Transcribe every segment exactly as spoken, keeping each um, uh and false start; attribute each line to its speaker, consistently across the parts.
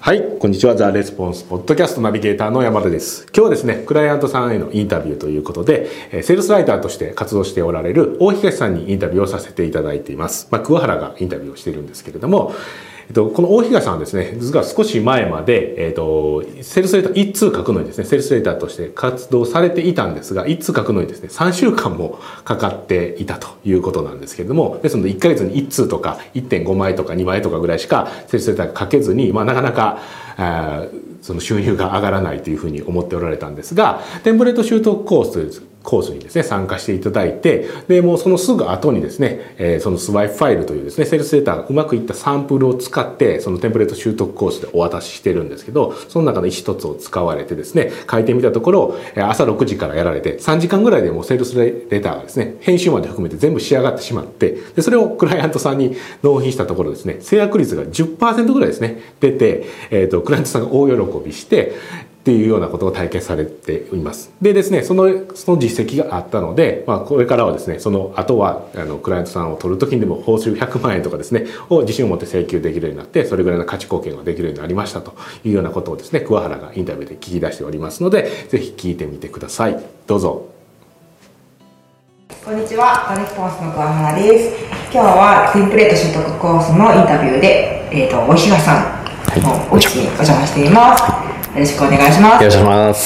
Speaker 1: はい、こんにちは。ザ・レスポンスポッドキャストナビゲーターの山田です。今日はですね、クライアントさんへのインタビューということで、セールスライターとして活動しておられる大東さんにインタビューをさせていただいています。まあ、桑原がインタビューをしているんですけれども、えっと、この大東さんはですね、実は少し前まで、えっと、セールスレーター一通書くのにですね、セールスレーターとして活動されていたんですが、一通書くのにですね、さんしゅうかんもかかっていたということなんですけれども、ですのでいっかげつにいち通とか いってんごまいとかにまいとかぐらいしかセールスレーター書けずに、まあ、なかなか、あその収入が上がらないというふうに思っておられたんですが、テンプレート習得コースコースにですね、参加していただいて、で、もうそのすぐ後にですね、えー、そのスワイプファイルというですね、セールスレーターがうまくいったサンプルを使って、そのテンプレート習得コースでお渡ししてるんですけど、その中の一つを使われてですね、書いてみたところ、朝ろくじからやられて、さんじかんぐらいでもうセールスレーターがですね、編集まで含めて全部仕上がってしまって、で、それをクライアントさんに納品したところですね、制約率が じゅっパーセント ぐらいですね、出て、えっと、クライアントさんが大喜びして、っていうようなことを体験されています。でですね、その、その実績があったので、まあ、これからはですね、その後は、あの、クライアントさんを取るときにでも報酬ひゃくまんえんとかですね、を自信を持って請求できるようになって、それぐらいの価値貢献ができるようになりましたというようなことをですね、桑原がインタビューで聞き出しておりますので、ぜひ聞いてみてください。どうぞ。
Speaker 2: こんにちは、ザ・レスポンスの桑原です。今日はテンプレート習得コースのインタビューで、えっと、大東さんのお家にお邪魔しています。よろしくお願いします。
Speaker 3: よろしくお願いします。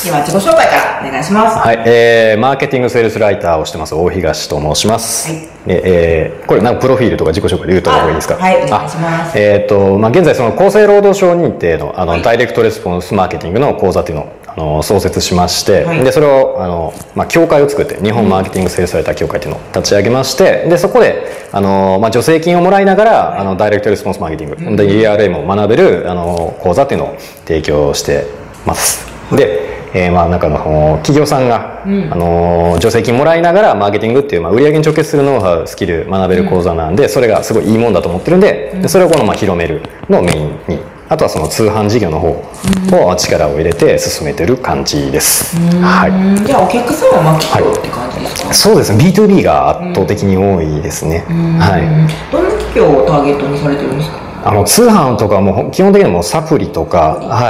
Speaker 2: 今、自己紹介からお願いします。
Speaker 3: はい、えー、マーケティングセールスライターをしてます大東と申します。はい、えー、これなんかプロフィールとか自己紹介で言うと方がいいですか？
Speaker 2: はい、お願いします。
Speaker 3: えっ、ー、と、まあ、現在その厚生労働省認定のあの、はい、ダイレクトレスポンスマーケティングの講座っていうのをあの創設しまして、はい、でそれをあの、まあ、協会を作って日本マーケティングセールスライター協会っていうのを立ち上げまして、でそこであの、まあ、助成金をもらいながら、はい、あのダイレクトレスポンスマーケティング、うん、で イーアールエム を学べるあの講座っていうのを提供してます。で、えー、まあなんかの企業さんが、うん、あの助成金もらいながらマーケティングっていう、まあ、売上に直結するノウハウスキル学べる講座なんで、うん、それがすごいいいもんだと思ってるんで、うん、でそれをこのまあ広めるのをメインに、あとはその通販事業の方を力を入れて進めてる感じです。
Speaker 2: はい、じゃあお客さんはマーケティングって感じですか？はい、
Speaker 3: そうですね、 ビーツービー が圧倒的に多いですね。はい、
Speaker 2: どんな企業をターゲットにされてるんですか？
Speaker 3: あの通販とかも基本的にもうサプリとか、はい、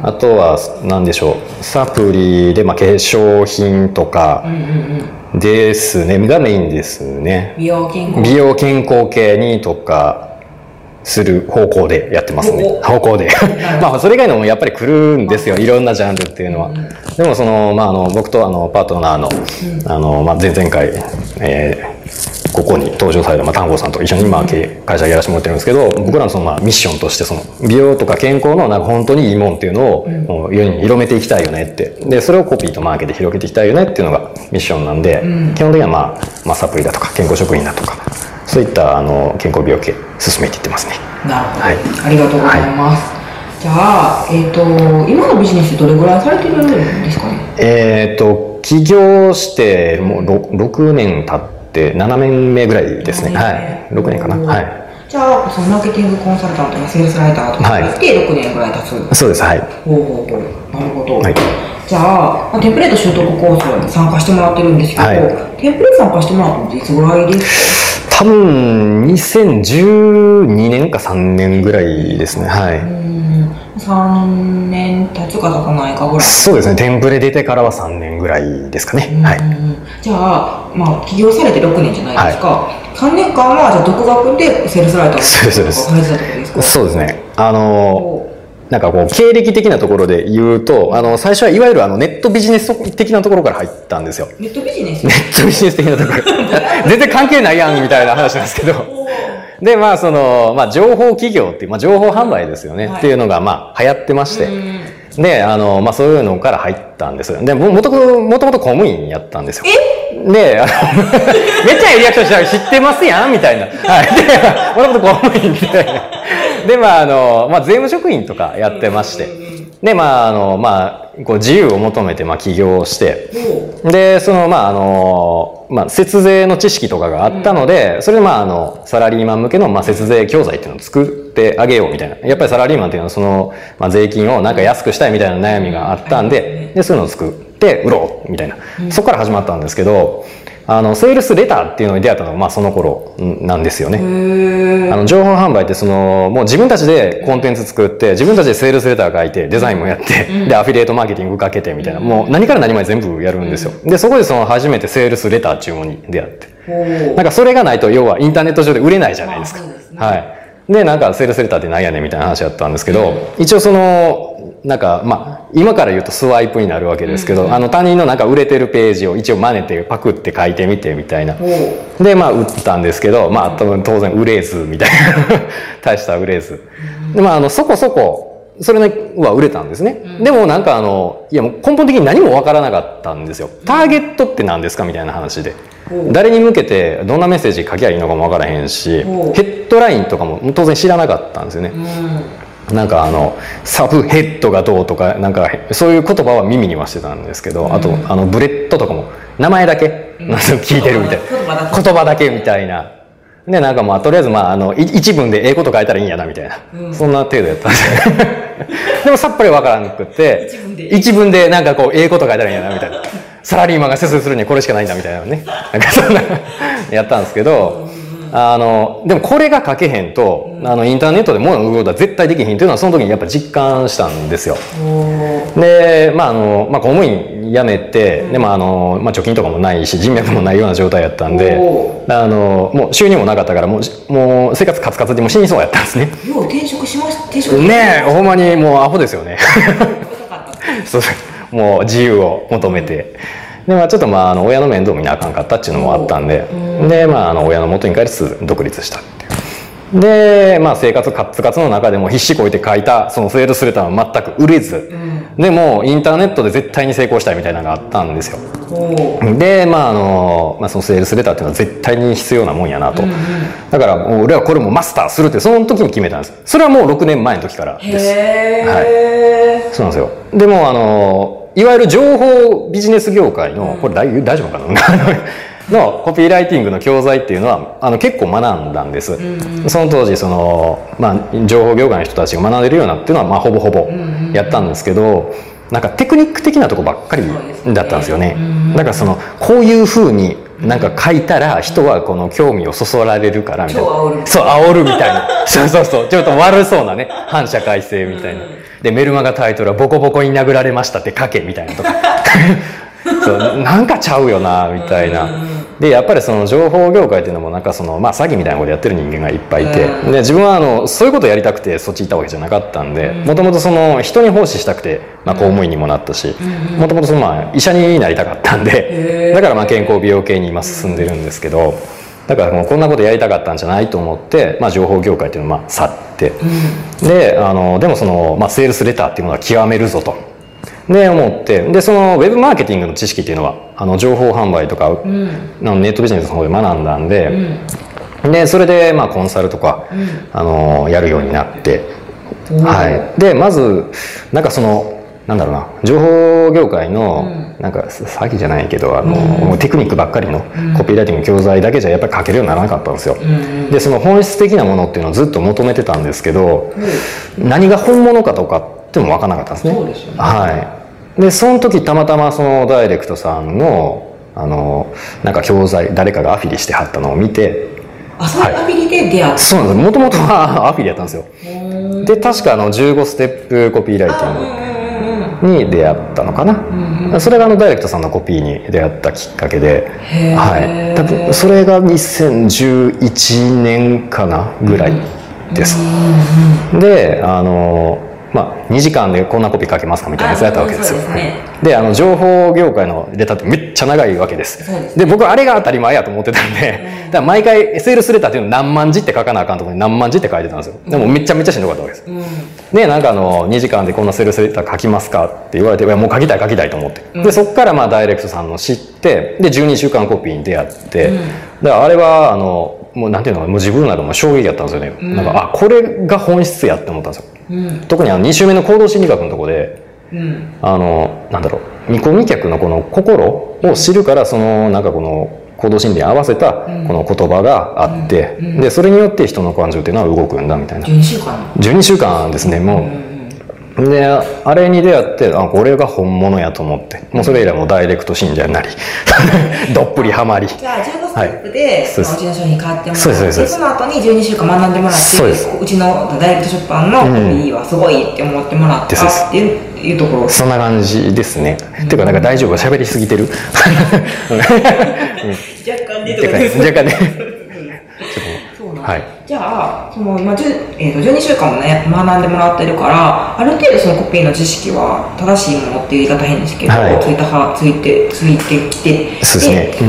Speaker 3: あとは何でしょう、サプリでまあ化粧品とかですね、がメインですね。
Speaker 2: 美容健康
Speaker 3: 美容健康系にとかする方向でやってますね。方向でまあそれ以外のもやっぱり来るんですよ、いろんなジャンルっていうのは。でもその、まあ、あの僕とあのパートナーの、あの、まあ、前々回、えー、ここに登場された、まあ、丹後さんと一緒に今会社やらせてもらってるんですけど、僕らのその、まあ、ミッションとしてその美容とか健康のなんか本当にいいもんっていうのを、もう世に広めていきたいよねって、でそれをコピーとマーケで広げていきたいよねっていうのがミッションなんで、基本的には、まあ、まあサプリだとか健康食品だとかそういったあの健康美容系進めていってますね。
Speaker 2: なるほど、はい、ありがとうございます。はい、じゃあ、えーと、今のビジネスどれぐらいされてるんですかね？
Speaker 3: えーと、起業してもう ろくねん経ってななねんめぐらいですね。はい、ろくねんかな。はい。
Speaker 2: じゃあ、そのマーケティングコンサルタントやセールスライターとかしてろくねんぐらい経つ、はい、
Speaker 3: そうです。はい。
Speaker 2: ほうほうほう、なるほど。はい、じゃあ、テンプレート習得コースに参加してもらってるんですけど、はい、テンプレート参加してもらったのっていつぐらいですか？
Speaker 3: 多分にせんじゅうにねんかさんねんぐらいですね。はい。
Speaker 2: さんねん経つか経たないかぐらい。
Speaker 3: そうですね、テンプレ出てからはさんねんぐらいですかね。はい。
Speaker 2: じゃあ、まあ、起業されてろくねんじゃないですか。はい、さんねんかんはじゃあ独学でセールスライターをされてたってことですか？
Speaker 3: そうですね。あのなんかこう経歴的なところで言うと、あの最初はいわゆるあのネットビジネス的なところから入ったんですよ。
Speaker 2: ネットビジネス？
Speaker 3: ネットビジネス的なところ全然関係ないやんみたいな話なんですけどでまあその、まあ、情報企業っていう、まあ、情報販売ですよね、はい、っていうのがまあ流行ってまして、であの、まあ、そういうのから入ったんです。でももともと公務員やったんですよ。であのめっちゃいいリアクションしたら知ってますやんみたいな、はい、でもともと公務員みたいなでまああの、まあ、税務職員とかやってまして、でまああのまあこう自由を求めてまあ起業して、でそのまああのまあ節税の知識とかがあったので、それでまああのサラリーマン向けのまあ節税教材っていうのを作ってあげようみたいな、やっぱりサラリーマンっていうのはそのまあ税金をなんか安くしたいみたいな悩みがあったんで、でそういうのを作って売ろうみたいな、そこから始まったんですけど、 あの、セールスレターっていうのに出会ったのが、まあその頃なんですよね。あの、情報販売ってその、もう自分たちでコンテンツ作って、自分たちでセールスレター書いて、デザインもやって、うん、で、アフィリエイトマーケティングかけてみたいな、もう何から何まで全部やるんですよ。で、そこでその初めてセールスレター注文に出会って。なんかそれがないと、要はインターネット上で売れないじゃないですか。そうですね、はい。で、なんかセールスレターって何やねんみたいな話だったんですけど、うん、一応その、なんか、まあ、今から言うとスワイプになるわけですけど、うん、あの他人のなんか売れてるページを一応真似てパクって書いてみてみたいな。で、まあ売ったんですけど、まあ多分当然売れずみたいな。大した売れず。で、まああの、そこそこ、それは売れたんですね。うん、でもなんかあの、いやもう根本的に何もわからなかったんですよ。ターゲットって何ですかみたいな話で。誰に向けてどんなメッセージ書きゃいいのかもわからへんし、ヘッドラインとかも当然知らなかったんですよね。うん、なんかあのサブヘッドがどうとかなんかそういう言葉は耳にはしてたんですけど、うん、あとあのブレッドとかも名前だけ、うん、聞いてるみたいな、言葉だけみたいな。でなんかまあとりあえずまああの一文でええこと書いたらいいんやなみたいな、うん、そんな程度やったんですよ。でもさっぱりわからなくって一文で一文でなんかこうええこと書いたらいいんやなみたいな。サラリーマンが接するにはこれしかないんだみたいなね。なんかそんなやったんですけど。あの、でもこれが書けへんと、あの、インターネットで物を売ることは絶対できへんというのはその時にやっぱ実感したんですよ。で、まああの、まあ公務員辞めて、でもあの、まあ貯金とかもないし、人脈もないような状態やったんで、あの、もう収入もなかったから、もう、もう生活カツカツでもう死にそうやったんですね。
Speaker 2: よう転職しました、転職
Speaker 3: ねえ、ほんまにもうアホですよね。そうもう自由を求めて。でまあ、ちょっとまああの親の面倒見なあかんかったっていうのもあったんで、でまああの親の元に帰りつつ独立したっていう。でまあ生活カツカツの中でも必死こいて書いたそのセールスレターは全く売れず、でもインターネットで絶対に成功したいみたいなのがあったんですよ。でまああの、まあ、そのセールスレターっていうのは絶対に必要なもんやなと。だからもう俺はこれもマスターするってその時に決めたんです。それはもうろくねんまえの時からです。はい、そうなんですよ。でもあのいわゆる情報ビジネス業界の、これ大丈夫かなのコピーライティングの教材っていうのはあの結構学んだんです。うん、その当時その、まあ、情報業界の人たちが学んでるようなっていうのは、まあ、ほぼほぼやったんですけど、なんかテクニック的なとこばっかりだったんですよね。だからそのこういうふうになんか書いたら人はこの興味をそそられるからみたいな。そう煽るみたいな。そうそうそう。ちょっと悪そうなね反社会性みたいな。でメルマガタイトルはボコボコに殴られましたって書けみたいなとか。そうなんかちゃうよなみたいな。でやっぱりその情報業界っていうのもなんかそのまあ詐欺みたいなことやってる人間がいっぱいいて、で自分はあのそういうことやりたくてそっち行ったわけじゃなかったんで、もともとその人に奉仕したくてまあ公務員にもなったし、もともとそのまあ医者になりたかったんで、だからまあ健康美容系に今進んでるんですけど、だからもうこんなことやりたかったんじゃないと思ってまあ情報業界っていうのをまあ去って、であのでもそのまあセールスレターっていうものは極めるぞと。で思ってでそのウェブマーケティングの知識っていうのはあの情報販売とか、うん、ネットビジネスの方で学んだんで、うん、でそれでまあコンサルとか、うん、あのやるようになって、うん、はいでまずなんかそのなんだろうな情報業界の、うん、なんか詐欺じゃないけどあの、うん、テクニックばっかりのコピーライティング教材だけじゃやっぱり書けるようにならなかったんですよ。うん、でその本質的なものっていうのをずっと求めてたんですけど、うん、何が本物かとかっても分からなかったんですね。
Speaker 2: そうですよね。
Speaker 3: はい。でその時たまたまそのダイレクトさんのあのなんか教材誰かがアフィリしてはったのを見て、
Speaker 2: あそういうアフィリで出会った、はい、
Speaker 3: そうなんです。もともとはアフィリやったんですよ。で確かあのじゅうごステップコピーライティングに出会ったのかな、うんうん、それがあのダイレクトさんのコピーに出会ったきっかけで、はい、多分それがにせんじゅういちねんかなぐらいです、うんうん、であのまあ、にじかんでこんなコピー書けますかみたいなやつやったわけですよ。で、ね、であの情報業界のレターってめっちゃ長いわけです。で、ね、僕あれが当たり前やと思ってたんで、うん、だから毎回セールスレターっていうの何万字って書かなあかんところに何万字って書いてたんですよ。でもめっちゃめちゃしんどかったわけです。うん、でなんかあのにじかんでこんなセールスレター書きますかって言われて、いやもう書きたい書きたいと思って、うん、でそこからまあダイレクトさんの知ってでじゅうにしゅうかんコピーに出会って、うん、だからあれはあのもうなんていうのもう自分なども衝撃やったんですよね。うん、なんかあこれが本質やって思ったんですよ。うん、特にあのに週目の行動心理学のところで、うん、あのなんだろう見込み客のこの心を知るからそのなんかこの行動心理に合わせたこの言葉があって、うんうん、でそれによって人の感情っていうのは動くんだみたいな。じゅうにしゅうかんじゅうにしゅうかんですね。もうであれに出会って、あこれが本物やと思って、もうそれ以来もうダイレクト信者になりどっぷりハマり、
Speaker 2: じゃあじゅうごステップで、はい、まあ、うちの商品買ってもらって、
Speaker 3: そ,
Speaker 2: その後にじゅうにしゅうかん学んでもらって、うちのダイレクト出版のコピーはすごいって思ってもらったっていう、うん、いうところ。そ
Speaker 3: んな感じですね。うん、っていうかなんか大丈夫、喋りすぎてる
Speaker 2: 若干出てくる。
Speaker 3: 若干ね
Speaker 2: はい、じゃあその、まあじゅえー、とじゅうにしゅうかんもね学んでもらってるから、ある程度そのコピーの知識は正しいものっていう言い方変ですけど、はい、ついたはついてついてきて、
Speaker 3: そうですね、うん、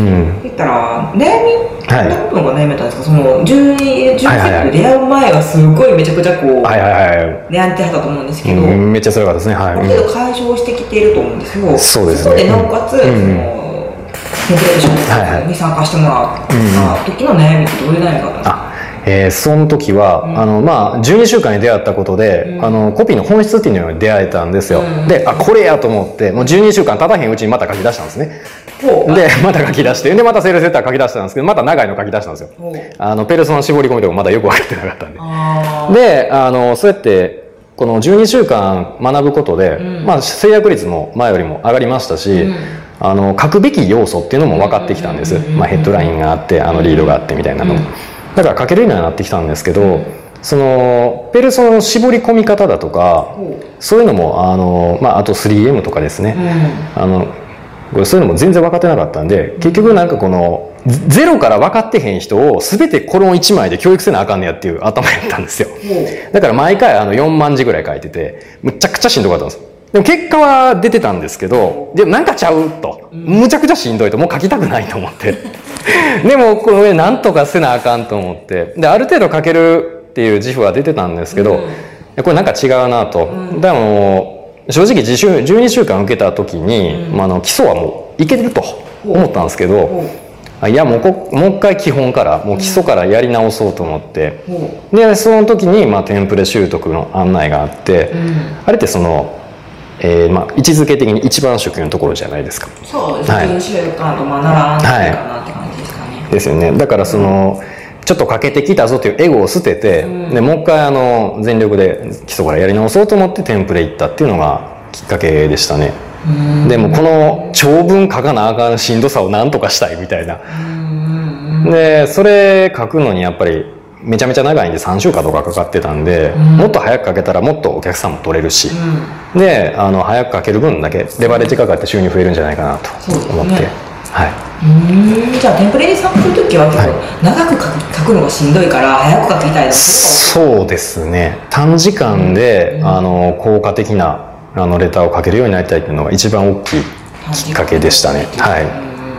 Speaker 2: 言ったら悩み、はい、どんな部分が悩めたんですか。そのじゅうにステップ出会う前はすごいめちゃくちゃこう、はいはいはい、悩んではったと思うんですけど、う
Speaker 3: ん、めっちゃ辛かったですね。はい、
Speaker 2: ある程度解消してきていると思うんですよ。
Speaker 3: そうですね。
Speaker 2: そこでなおかつ、うん、そのテンプレーションに参加してもらった時の悩みってどういう悩みがあったんですか。
Speaker 3: えー、その時は、うん、あのまあ、じゅうにしゅうかんに出会ったことで、うん、あのコピーの本質っていうのに出会えたんですよ、うん、であこれやと思ってもうじゅうにしゅうかん経たへんうちにまた書き出したんですね。でまた書き出してでまたセールセッター書き出したんですけどまた長いの書き出したんですよ。あのペルソナ絞り込みとかまだよく分かってなかったんでであのそうやってこのじゅうにしゅうかん学ぶことで、うん、まあ、制約率も前よりも上がりましたし、うん、あの書くべき要素っていうのも分かってきたんです。まあ、ヘッドラインがあってあのリードがあってみたいなのも、うん、だから書けるようにはなってきたんですけど、うん、そのペルソナの絞り込み方だとか、うん、そういうのもあの、まあ、あと スリーエム とかですね、うん、あのそういうのも全然分かってなかったんで、結局なんかこのゼロから分かってへん人を全てコロンいちまいで教育せなあかんねやっていう頭やったんですよ。だから毎回あのよんまんじぐらい書いててむちゃくちゃしんどかったんです。でも結果は出てたんですけど、でもなんかちゃうと、むちゃくちゃしんどいともう書きたくないと思ってでもこれなんとかせなあかんと思ってである程度書けるっていう自負は出てたんですけど、これなんか違うなと。でも正直自習じゅうにしゅうかん受けた時に、まあ、あの基礎はもういけてると思ったんですけど、いやもうこもう一回基本からもう基礎からやり直そうと思って、でその時に、まあ、テンプレ習得の案内があって、あれってそのえーまあ、位置づけ的に一番初級のところじゃないですか。
Speaker 2: そうですね、はい、じゅうしゅうかんと学らんかなって感じですかね。
Speaker 3: ですよね。だからその、うん、ちょっと欠けてきたぞというエゴを捨てて、うん、でもう一回あの全力で基礎からやり直そうと思ってテンプレ行ったっていうのがきっかけでしたね。うん、でもこの長文書かなあかんしんどさをなんとかしたいみたいな。うん、でそれ書くのにやっぱりめちゃめちゃ長いんでさんしゅうかんとかかかってたんで、うん、もっと早くかけたらもっとお客さんも取れるし、うん、であの早くかける分だけレバレッジかかって収入増えるんじゃないかなと思って、ね、はい、
Speaker 2: うんじゃあテンプレに参加するときは結構長く書くのがしんどいから早く書きたいの。
Speaker 3: そうですね、短時間で、うん、あの効果的なあのレターを書けるようになりたいっていうのが一番大きいきっかけでしたね。はい、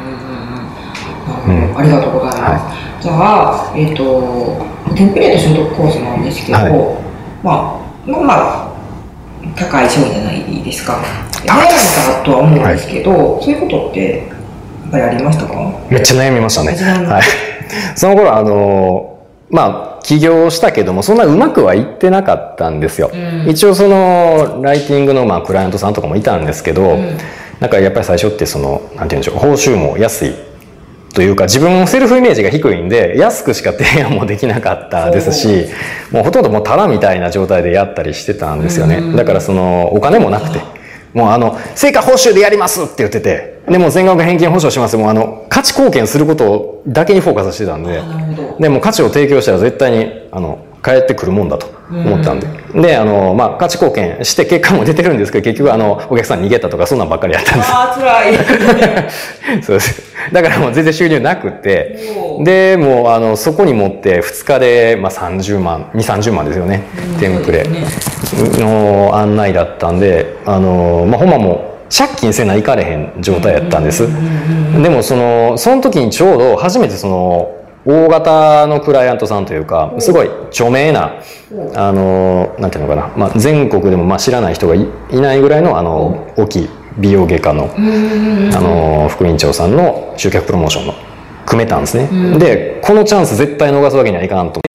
Speaker 2: うん、ありがとうございます。はい、じゃあ、えーとテンプレート習得コースなんですけど、はい、まあ、まあまあ高い商品じゃないですか。悩んだとは思うんですけど、はい、そういうことってやっぱりありましたか？
Speaker 3: めっちゃ悩みましたね。はい、その頃あのまあ起業したけどもそんなうまくはいってなかったんですよ。うん、一応そのライティングのまあクライアントさんとかもいたんですけど、うん、なんかやっぱり最初ってそのなんていうんでしょう、報酬も安いというか自分のセルフイメージが低いんで安くしか提案もできなかったですし、もうほとんどもうタダみたいな状態でやったりしてたんですよね。だからそのお金もなくてもうあの成果報酬でやりますって言ってて、でも全額返金保証します。もうあの価値貢献することだけにフォーカスしてたんで、でも価値を提供したら絶対にあの返ってくるもんだと思ったんで、うん、であの、まあ、価値貢献して結果も出てるんですけど結局あのお客さん逃げたとかそんなんばっかりやったんです。
Speaker 2: あー辛い
Speaker 3: そうです。だからもう全然収入なくて、でもうあのそこに持ってふつかで、まあ、さんじゅうまんにじゅうさんじゅうまんですよね、うん、テンプレの案内だったんで、あの、まあ、ほんまもう借金せないかれへん状態やったんです。でもそのその時にちょうど初めてその大型のクライアントさんというかすごい著名なあのなんていうのかな、まあ、全国でもまあ知らない人が い, いないぐらいのあの大きい美容外科のあの副院長さんの集客プロモーションの組めたんですね。でこのチャンス絶対逃すわけにはいかんと